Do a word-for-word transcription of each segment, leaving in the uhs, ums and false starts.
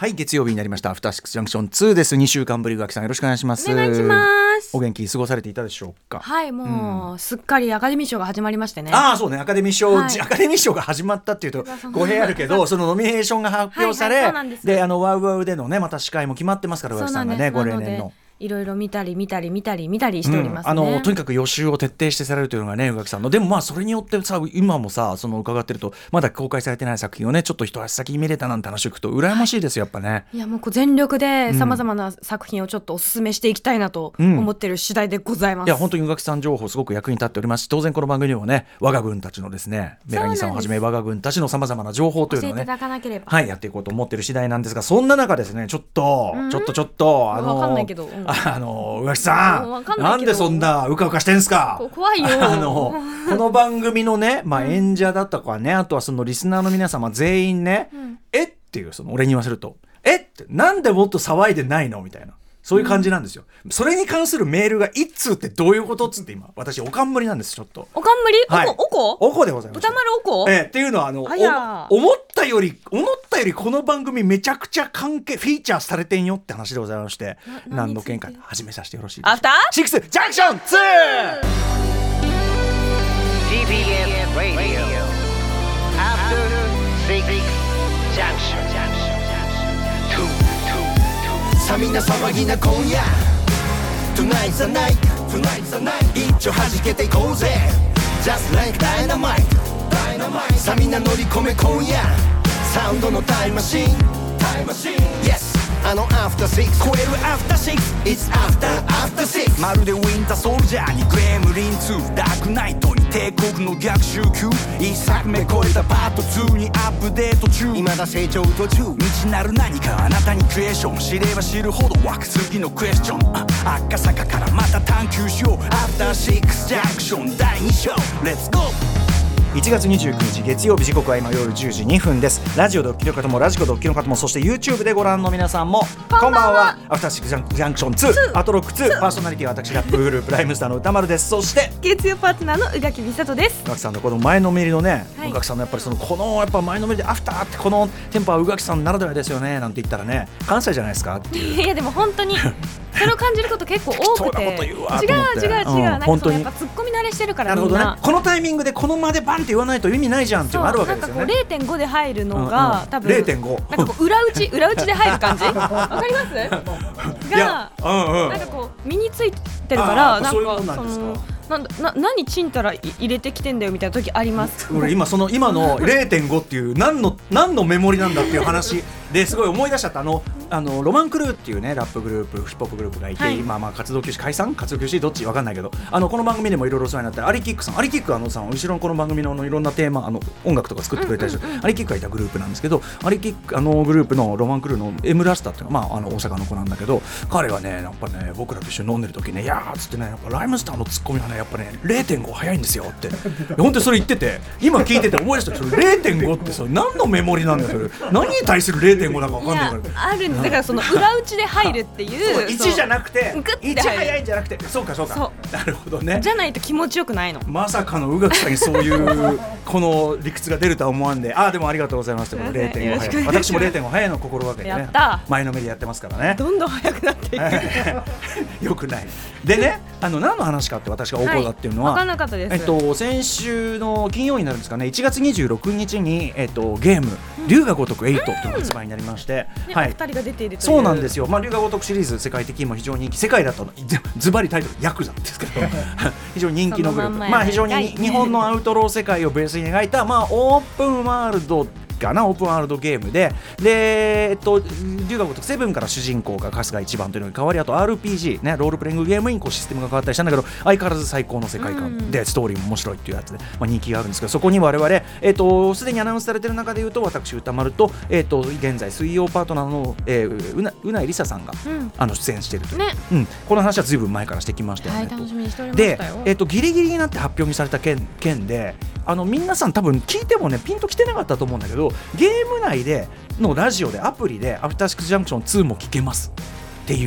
はい、月曜日になりました。アフターシックスジャンクションツーです。にしゅうかんぶり、宇垣さんよろしくお願いします。 お願いします。 お元気過ごされていたでしょうか。 はい、もう、うん、すっかりアカデミー賞が始まりましてね。 ああ、そうね、アカデミー賞、はい、アカデミー賞が始まったっていうと語弊あるけどそのノミネーションが発表され、はいはい、で, であのワウワウでのねまた司会も決まってますから、宇垣さんがねご例年のいろいろ見たり見たり見たり見たりしておりますね、 うん、あのとにかく予習を徹底してされるというのがね宇垣さんの。でもまあそれによってさ今もさその伺ってるとまだ公開されてない作品をねちょっと一足先に見れたなんて話を聞くと羨ましいですよ、やっぱね。 いやもうこう全力でさまざまな作品をちょっとおすすめしていきたいなと思ってる次第でございます、うん、 いや本当に宇垣さん情報すごく役に立っておりますし、当然この番組にもね我が軍たちのですねメラニさんをはじめ我が軍たちのさまざまな情報というのをね教えていただかなければ、 はい、やっていこうと思ってる次第なんですが、そんな中ですねちょっと、うん、ちょっとちょっとあのわかんないけど、うん、 あの宇垣さん な, なんでそんなうかうかしてんすか。 怖いよあのこの番組のね、まあ、演者だとかね、うん、あとはそのリスナーの皆様全員ね、うん、えっていうその俺に言わせるとえってなんでもっと騒いでないのみたいなそういう感じなんですよ、うん、それに関するメールが一通ってどういうことっつって今私おかんむりなんです。ちょっとおかんむり、はい、おこおこおこでございます。 歌丸おこ、 えー、っていうのはあのお思ったより思ったよりこの番組めちゃくちゃ関係フィーチャーされてんよって話でございまして、何の件か始めさせてよろしいですか。 アフターシックスジャンクションツーティービーエス Radio After Six Junctionさあみんな騒ぎな今夜 Tonight's the night Tonight's the night 一丁弾けていこうぜ Just like dynamite Dynamite さあみんな乗り込め今夜サウンドのタイムマシンタイムマシン Yes あの After Six 超える After Six It's After After Six まるでウィンターソルジャーにグレムリンツーダークナイトに帝国の逆襲級一作目超えたパートツーにアップデート中未だ成長途中未知なる何かあなたにクエスチョン知れば知るほど湧く次のクエスチョン赤坂からまた探求しよう After Six Junction だいに章 Let's go いちがつにじゅうくにち月曜日、時刻は今夜じゅうじにふんです。ラジオドッキリの方もラジコドッキリの方もそして YouTube でご覧の皆さんもこんばんは。アフターシックスジャンクションツーアトロックツーパーソナリティは私ラップグループライムスターの歌丸です。そして月曜パートナーの宇垣美里です。 宇垣さんのこの前のめりのね、 はい、 宇垣さんのやっぱりそのこのやっぱ前のめりでアフターってこのテンポは宇垣さんならではですよねなんて言ったらね関西じゃないですかっていう。 いやでも本当にそれを感じること結構多くて違う違う違う、うん、なんかそのやっぱツッコミ慣れしてるからみんな、 なるほどね、このタイミングでこの間でバンって言わないと意味ないじゃんっていうのがあるわけですよね。 なんかこう れいてんご で入るのが、うんうん、多分れいてんごなんかこう裏打ち裏打ちで入る感じわかりますが、うんうん、なんかこう身についてるからなんかそういうもんなんですか。 なんな何ちんたら入れてきてんだよみたいな時あります。 俺今その今の れいてんご っていう何の何のメモリなんだっていう話ですごい思い出しちゃった。あのあのロマンクルーっていうねラップグループヒップホップグループがいて、はい、今まあ活動休止解散活動休止どっちわかんないけど、あのこの番組でもいろいろお世話になったアリキックさんアリキックあのさん後ろのこの番組のあのいろんなテーマあの音楽とか作ってくれたりする、うんうんうん、アリキックがいたグループなんですけど、アリキックあのグループのロマンクルーのエムラスタっていうのは、まあ、あの大阪の子なんだけど、彼がねやっぱね僕らと一緒に飲んでる時ねいやーっつってねやっぱライムスターのツッコミはねやっぱね れいてんご 早いんですよって本当にそれ言ってて今聞いてて思い出したそれ れいてんご ってそれ何のメモリなんだよそれ何に対する れいてんご だか分かんないから。 いやあるんだからその裏打ちで入るっていういちじゃなくていち早いんじゃなくてそうかそうかそうなるほどね。 じゃないと気持ちよくないの。 まさかの宇垣さんにそういうこの理屈が出るとは思わんでああでもありがとうございます。れいてんご 早い私も れいてんご 早いの心がけてね前のめりやってますからね。 どんどん早くなっていくよくないでねあの何の話かって私が怒るだっていうのは、 はい、分かんなかったです。 えっと、先週の金曜になるんですかねいちがつにじゅうろくにちに、えっと、ゲーム龍が如くはちっていうのが発売になりまして、 うんはい、 お二人が出ているというそうなんですよ、まあ、龍が如くシリーズ世界的にも非常に人気世界だとズバリタイトルヤクザですけど非常に人気のグループままあ、非常に日本のアウトロー世界をベースに描いた、まあ、オープンワールドかなオープンワールドゲームでで、えっと、龍が如くセブンから主人公が春日一番というのに変わりあと アールピージー、ね、ロールプレイングゲームにこうシステムが変わったりしたんだけど相変わらず最高の世界観でストーリーも面白いっていうやつで、まあ、人気があるんですけどそこに我々えっとすでにアナウンスされている中でいうと私歌丸と、えっと、現在水曜パートナーの、えー、うなうないりささんが、うん、あの出演しているという、 ねうん、この話はずいぶん前からしてきましたよね、 はい、楽しみにしておりましたよ。 で、えっと、ギリギリになって発表にされた件、件であの皆さん多分聞いてもねピンときてなかったと思うんだけどゲーム内でのラジオでアプリでアフターシックスジャンクションツーも聞けますっていう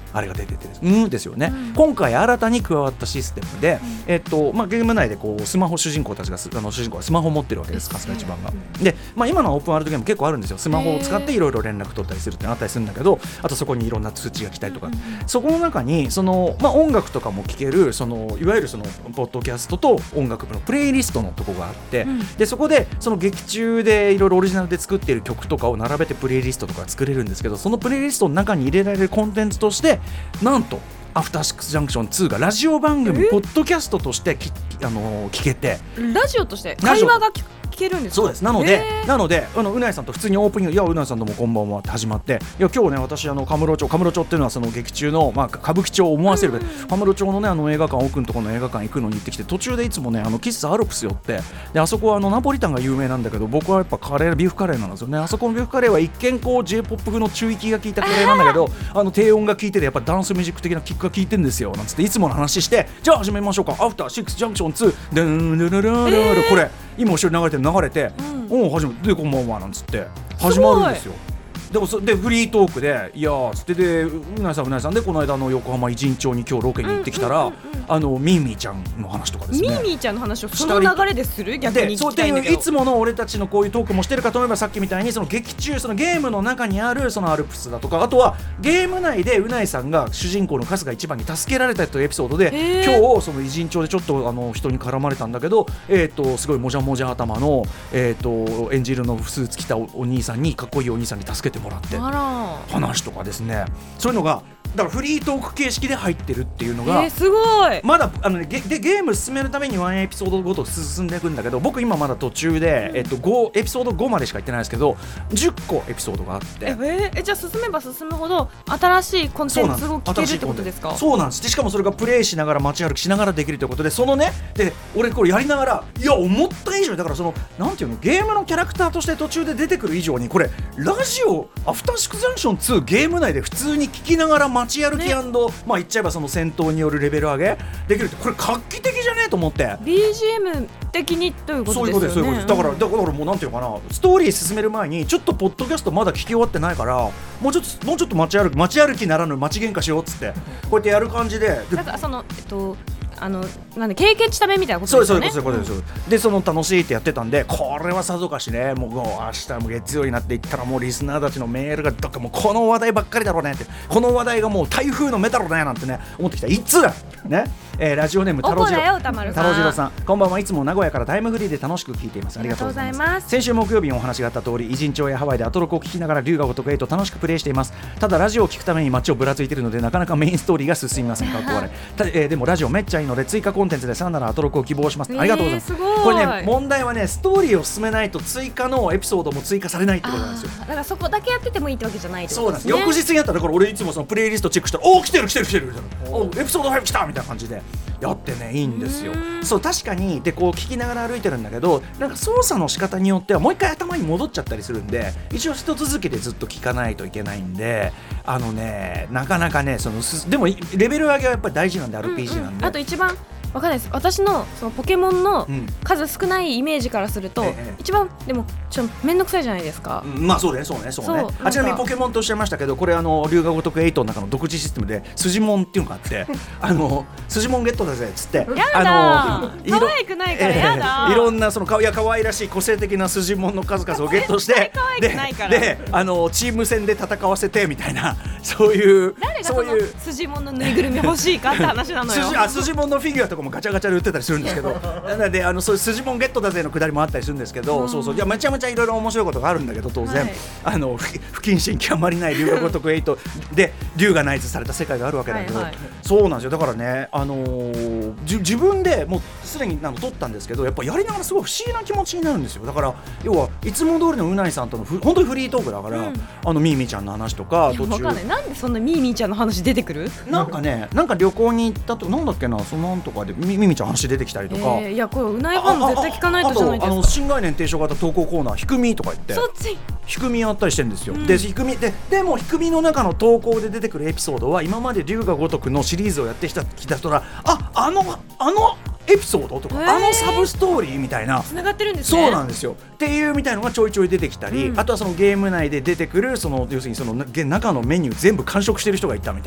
あれが出ててです、うんですよね、うん、今回新たに加わったシステムで、うんえっとまあ、ゲーム内でこうスマホ主人公たちがあの主人公はスマホを持ってるわけです、春日一番が、うん、で、まあ、今のオープンワールドゲーム結構あるんですよ。スマホを使っていろいろ連絡取ったりするってあったりするんだけど、あとそこにいろんな通知が来たりとか、うん、そこの中にその、まあ、音楽とかも聴けるそのいわゆるそのポッドキャストと音楽のプレイリストのとこがあって、うん、でそこでその劇中でいろいろオリジナルで作っている曲とかを並べてプレイリストとか作れるんですけど、そのプレイリストの中に入れられるコンテンツとしてなんとアフターシックスジャンクションツーがラジオ番組ポッドキャストとしてき、あのー、聞けて、 ラジオとして会話が聞けるんですか。 そうです。なのでなのであのうないさんと普通にオープニング、いやうないさんどうもこんばんはって始まって、いや今日ね私あのカムロ町カムロ町っていうのはその劇中の、まあ、歌舞伎町を思わせる、うん、カムロ町のねあの映画館奥のところの映画館行くのに行ってきて、途中でいつもねあの喫茶アルプス寄って、であそこはあのナポリタンが有名なんだけど、僕はやっぱカレービーフカレーなんですよね。あそこのビーフカレーは一見こう J-ポップ 風の中域が効いたカレーなんだけど、あの低音が効いててやっぱダンスミュージック的なキックが効いてるんですよなんつっていつもの話して、じゃあ始めましょうかアフターシックスジャンクションツーでんルルルルルル、これ今後ろに流れてる流れて、うん、お始めてでこんばんはなんつって始まるんですよ。でもそでフリートークでいやーつってでうなぎさんうなぎさんでこの間の横浜偉人町に今日ロケに行ってきたら、うんうんうんうん、あのミーミーちゃんの話とかですね。 ミーミーちゃんの話をその流れでする逆に聞きたいんだけど、 いつもの俺たちのこういうトークもしてるかと思えば、さっきみたいにその劇中そのゲームの中にあるそのアルプスだとか、あとはゲーム内でうないさんが主人公の春日一番に助けられたというエピソードで、今日その偉人町でちょっとあの人に絡まれたんだけど、えー、とすごいもじゃもじゃ頭の、えー、と演じるのスーツ着た お, お兄さんにかっこいいお兄さんに助けてもらって。あら話とかですね、そういうのがだからフリートーク形式で入ってるっていうのが、 えー、すごい。 まだあの、ね、ゲ, でゲーム進めるためにワンエピソードごと進んでいくんだけど、僕今まだ途中で、うんえっと、ごエピソードごまでしか行ってないですけどじゅっこエピソードがあって、 えー、えじゃあ進めば進むほど新しいコンテンツを聞けるってことですか。 そうなんです。でしかもそれがプレイしながら街歩きしながらできるということで、そのねで俺これやりながらいや思った以上にだからそのなんていうのゲームのキャラクターとして途中で出てくる以上にこれラジオアフターシックスジャンクションツーゲーム内で普通に聞きながら街歩き&、ねまあ言っちゃえばその戦闘によるレベル上げできるってこれ画期的じゃねえと思ってビージーエム 的にということですよね。 そういうことです、そういうことです。だから、だからもうなんていうのかな、ストーリー進める前にちょっとポッドキャストまだ聞き終わってないからもうちょっともうちょっと街歩き街歩きならぬ街喧嘩しようっつってこうやってやる感じで、 なんかそのえっとあのなんで経験しためみたいなことですよね。 そういうことです、そういうことです。でその楽しいってやってたんで、これはさぞかしねもう明日も月曜になっていったらもうリスナーたちのメールがどっかもうこの話題ばっかりだろうねって、この話題がもう台風の目だろうねなんてね思ってきたいつだね、えー、ラジオネーム太郎次郎太郎次郎さん、こんばんはいつも名古屋からタイムフリーで楽しく聞いています。ありがとうございます。先週木曜日にお話があった通り偉人町やハワイでアトロクを聞きながら龍が如くへと楽しくプレイしています。ただラジオを聞くために街をぶらついているのでなかなかメインストーリーが進みませんかっこ笑いた、えー、でもラジオめっちゃいいので追加コンテンツでさらなるアトロクを希望します、えー、ありがとうございます。これね問題はねストーリーを進めないと追加のエピソードも追加されないってことなんですよ。 だからそこだけやっててもいいってわけじゃないってことですね。 そうなんです。翌日にやったらだから俺いつもそのプレイリストチェックしたらおー来てる来てる来てるみたいな、おエピソードファイブ来たみたいな感じでやってねいいんですよ。そう確かにでこう聞きながら歩いてるんだけど、なんか操作の仕方によってはもう一回頭に戻っちゃったりするんで、一応一続きでずっと聞かないといけないんで、あのねなかなかねそのでもレベル上げはやっぱり大事なんで、 アールピージー なんで、 うんうん、あと一番わかんないです。私 の, そのポケモンの数少ないイメージからすると、うん、一番でもちょっと面倒くさいじゃないですか、 うん、まあそうねそうねそうね。そうあちなみにポケモンとおっしゃいましたけど、これあの龍が如くエイトの中の独自システムで筋モンっていうのがあってあの筋モンゲットだぜっつって、 やだあの可愛くないからやだ、 えー、いろんなそのかいや可愛らしい個性的な筋モンの数々をゲットしてで, であのチーム戦で戦わせてみたいなそういう誰がその筋モンのぬいぐるみ欲しいかって話なのよ。 筋あ筋モンのフィギュアとかもガチャガチャで売ってたりするんですけどなのであのそういう筋モンゲットだぜのくだりもあったりするんですけど、うん、そうそういやめちゃめちゃいろいろ面白いことがあるんだけど当然、はい、あの不謹慎極まりない龍が如くエイトで龍が内図された世界があるわけだけど、はいはい、そうなんですよ。だからね、あのー、じ自分でもうすでになんか撮ったんですけど、やっぱやりながらすごい不思議な気持ちになるんですよ。だから要はいつも通りのうないさんとのふ本当にフリートークだから、うん、あのミーミーちゃんの話とか途中わかんないなんでそんなミーミーちゃんの話出てくるなんかねなんか旅行に行ったとなんだっけなそのなんとかでミーミーちゃんの話出てきたりとか、 えー、いやこれうないファンも絶対聞かないとじゃないですか。 あの新概念提唱型投稿コーナーひくみとか言ってそっちひくみやったりしてるんですよ、うん、でひくみででもひくみの中の投稿で出てくるエピソードは今まで龍が如くのシリーズをやってきた人らああのあのエピソードとか、えー、あのサブストーリーみたいな繋がってるんですね。 そうなんですよっていうみたいのがちょいちょい出てきたり、うん、あとはそのゲーム内で出てくるその要するにその中のメニュー全部完食してる人がいたみたいな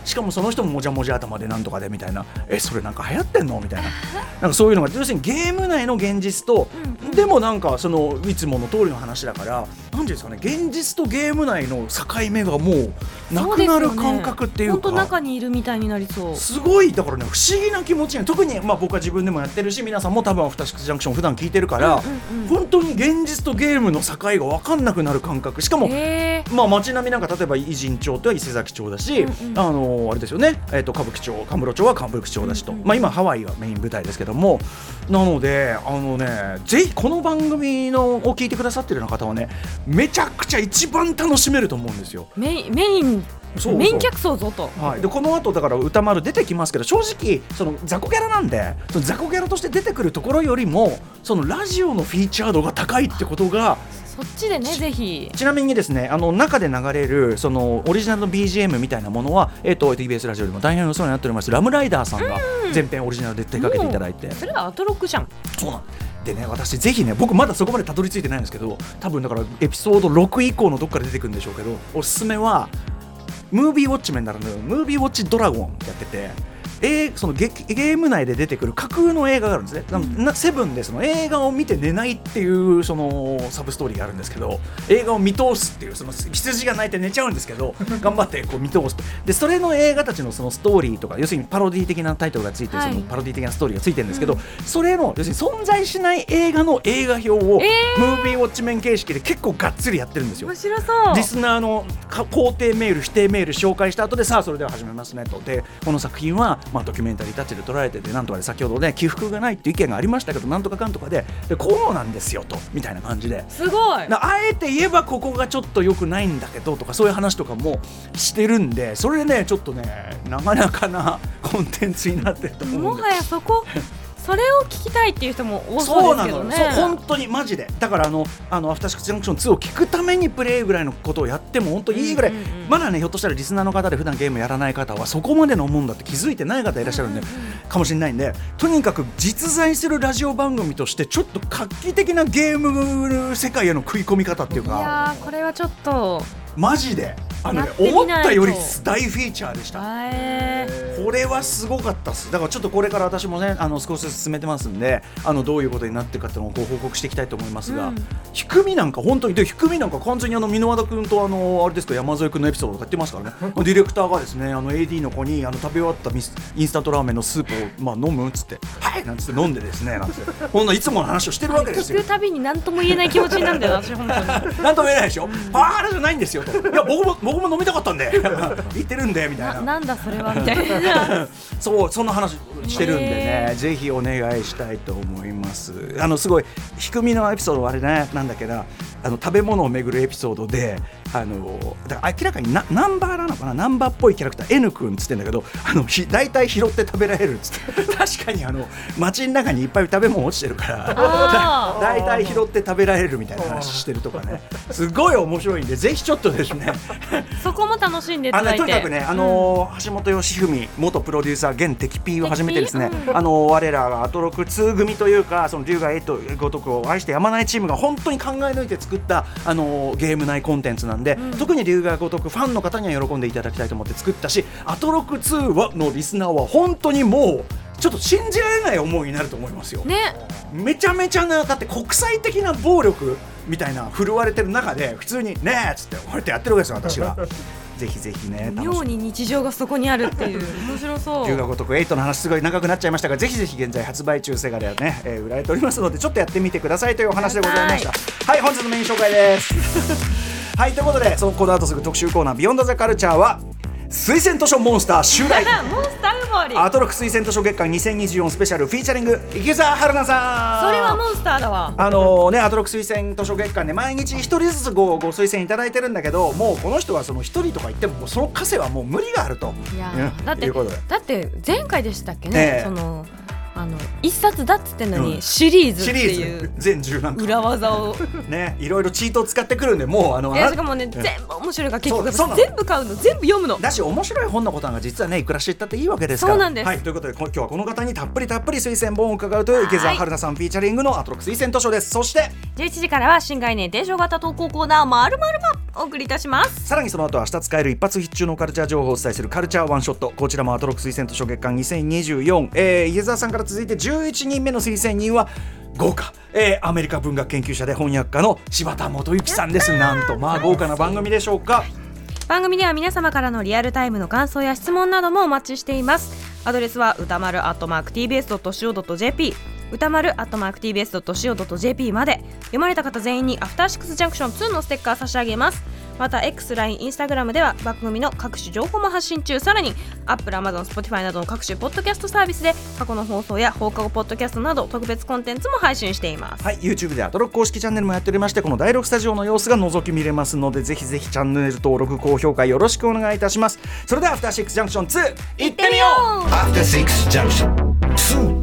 しかもその人ももじゃもじゃ頭でなんとかでみたいな、えそれなんか流行ってんのみたいな、なんかそういうのが要するにゲーム内の現実と、うんうん、でもなんかそのいつもの通りの話だから、なんていうんですかね、現実とゲーム内の境目がもうなくなる感覚っていうか、 本当中にいるみたいになりそう。 すごいだからね、不思議な気持ちに、特にまあ僕は自分でもやってるし、皆さんも多分アフターシックスジャンクション普段聞いてるから、うんうんうん、本当に現実とゲームの境が分かんなくなる感覚。しかも、まあ、街並みなんか例えば偉人町とは伊勢崎町だし、うんうん、あのあれですよね、えー、と歌舞伎町、神室町は歌舞伎町だしと、うんうん、まあ、今ハワイがメイン舞台ですけども、なのであのね、ぜひこの番組のを聞いてくださってるような方はね、めちゃくちゃ一番楽しめると思うんですよ。 メインメインそうそうメイン客層ぞと、 はい、でこの後だから歌丸出てきますけど、正直その雑魚キャラなんで、その雑魚キャラとして出てくるところよりもそのラジオのフィーチャー度が高いってことが、 そっちでね、ぜひ。 ちなみにですね、あの中で流れるそのオリジナルの ビージーエム みたいなものは、えー、と ティービーエス ラジオでも大変お世話になっておりますラムライダーさんが全編オリジナルで手掛けていただいて、 それはアトロックじゃん。 そうなんでね、私ぜひね、僕まだそこまでたどり着いてないんですけど、多分だからエピソードろく以降のどっから出てくるんでしょうけど、おすすめはムービーウォッチメンならぬムービーウォッチドラゴンやってて、えー、その ゲ, ゲーム内で出てくる架空の映画があるんですね。なセブンでその映画を見て寝ないっていうそのサブストーリーがあるんですけど、映画を見通すっていうその羊が鳴いて寝ちゃうんですけど頑張ってこう見通すで、それの映画たちのそのストーリーとか、要するにパロディ的なタイトルがついて、はい、そのパロディ的なストーリーがついてるんですけど、うん、それの要するに存在しない映画の映画表を、えー、ムービーウォッチメン形式で結構がっつりやってるんですよ。 面白そう。 リスナーの肯定メール否定メール紹介した後で、さあそれでは始めますねと。でこの作品は、まあ、ドキュメンタリータッチで撮られてて、なんとかで先ほどね起伏がないっていう意見がありましたけど、なんとかかんとか で, でこうなんですよとみたいな感じで、 すごいあえて言えばここがちょっと良くないんだけどとか、そういう話とかもしてるんで、それでねちょっとねなかなかなコンテンツになってると思うんで、 もはやそこそれを聞きたいっていう人も多そうですけどね。 そうなの、そう本当にマジで、だからあのあのアフターシックスジャンクションツーを聞くためにプレイぐらいのことをやっても本当にいいぐらい、うんうんうん、まだねひょっとしたらリスナーの方で普段ゲームやらない方はそこまでのもんだって気づいてない方いらっしゃるんで、うんうんうん、かもしれないんで、とにかく実在するラジオ番組としてちょっと画期的なゲーム世界への食い込み方っていうか、 いやーこれはちょっとマジであの、ね、思ったより大フィーチャーでした。これはすごかったっす。だからちょっとこれから私もねあの少しずつ進めてますんで、あのどういうことになってるかっていうのをご報告していきたいと思いますが、うん、ひくみなんか本当にでひくみなんか完全にあの箕輪田君とあのあれですか山添君のエピソードをやってますからねディレクターがですねあの エーディー の子にあの食べ終わったミスインスタントラーメンのスープを、まあ、飲むっつってはいなんつって飲んでですねなんつってほんのいつもの話をしてるわけですよ。 聞くたびに何とも言えない気持ちになるんだよ私本当に何とも言えないでしょ、パワハラじゃないんですよと、いや僕も僕も飲みたかったんで言ってるんでみたいな、 な, なんだそれはみたいなそうそんな話してるんでね、ぜひお願いしたいと思います。あのすごいひくみのエピソードはあれねなんだっけな、あの食べ物をめぐるエピソードで、あのだから明らかになナンバーなのかな、ナンバーっぽいキャラクター N 君っつってんだけど、あのひ大体拾って食べられるっつって確かにあの街の中にいっぱい食べ物落ちてるから大体拾って食べられるみたいな話してるとかね、すごい面白いんでぜひちょっとですねそこも楽しんでいただいて、 あのとにかくね、あのーうん、橋本義文元プロデューサー現テキピーを始めてですね、うん、あの我らがアトロクツー組というか、その龍がエイトごとくを愛してやまないチームが本当に考え抜いて作った、あのー、ゲーム内コンテンツなんで、うん、特に龍が如くファンの方には喜んでいただきたいと思って作ったし、アトロクツーのリスナーは本当にもうちょっと信じられない思いになると思いますよ、 ね、 めちゃめちゃな、だって国際的な暴力みたいな振るわれてる中で普通にねえっつってこうやってやってるわけですよ私がぜひぜひね、 妙に日常がそこにあるっていう面白そう。 龍が如くエイトの話すごい長くなっちゃいましたが、ぜひぜひ現在発売中セガではね、えー、売られておりますのでちょっとやってみてくださいというお話でございました。はい、本日のメイン紹介ですはいということで、そのこの後すぐ特集コーナービヨンドザカルチャーは推薦図書モンスター襲来モンスター生まれアトロク推薦図書月間にせんにじゅうよんスペシャルフィーチャリング池澤春菜さん。 それはモンスターだわ。 あのー、ねアトロク推薦図書月間で毎日一人ずつごご推薦いただいてるんだけど、もうこの人はその一人とか言ってもその稼はもう無理があると。 いや、うん、だってだって前回でしたっけね、えー、そのあの一冊だっつってんのに、うん、シリーズっていう全じゅうなんか裏技をねいろいろチートを使ってくるんで、もうあのいやしかもね、うん、全部面白いから結局全部買うの全部読むのだし、面白い本のことが実はねいくら知ったっていいわけですから。 そうなんです、 はい、ということで今日はこの方にたっぷりたっぷり推薦本を伺うという池澤春菜さんフィーチャリングのアトロク推薦図書です。そしてじゅういちじからは新概念提唱型投稿コーナーまるまるまお送りいたします。 さらにその後は明日使える一発必中のカルチャー情報をお伝えするカルチャーワンショット、こちらもアトロック推薦図書月間にせんにじゅうよん、えー、伊沢さんから続いてじゅういちにんめの推薦人は豪華、えー、アメリカ文学研究者で翻訳家の柴田元幸さんです。なんとまあ豪華な番組でしょうか。 番組では皆様からのリアルタイムの感想や質問などもお待ちしています。アドレスは歌丸アットマーク ティービーエスドットシーオードットジェーピー、 歌丸アットマーク ティービーエスドットシーオードットジェーピー まで。読まれた方全員にアフターシックスジャンクションツーのステッカー差し上げます。また X、ライン、Instagram では番組の各種情報も発信中。さらに Apple、Amazon、Spotify などの各種ポッドキャストサービスで過去の放送や放課後ポッドキャストなど特別コンテンツも配信しています。 はい、 YouTube でアトロック公式チャンネルもやっておりまして、このだいろくスタジオの様子が覗き見れますので、ぜひぜひチャンネル登録高評価よろしくお願いいたします。それではアフターシックスジャンクションツーいってみよう。 アフターシックスジャンクションツー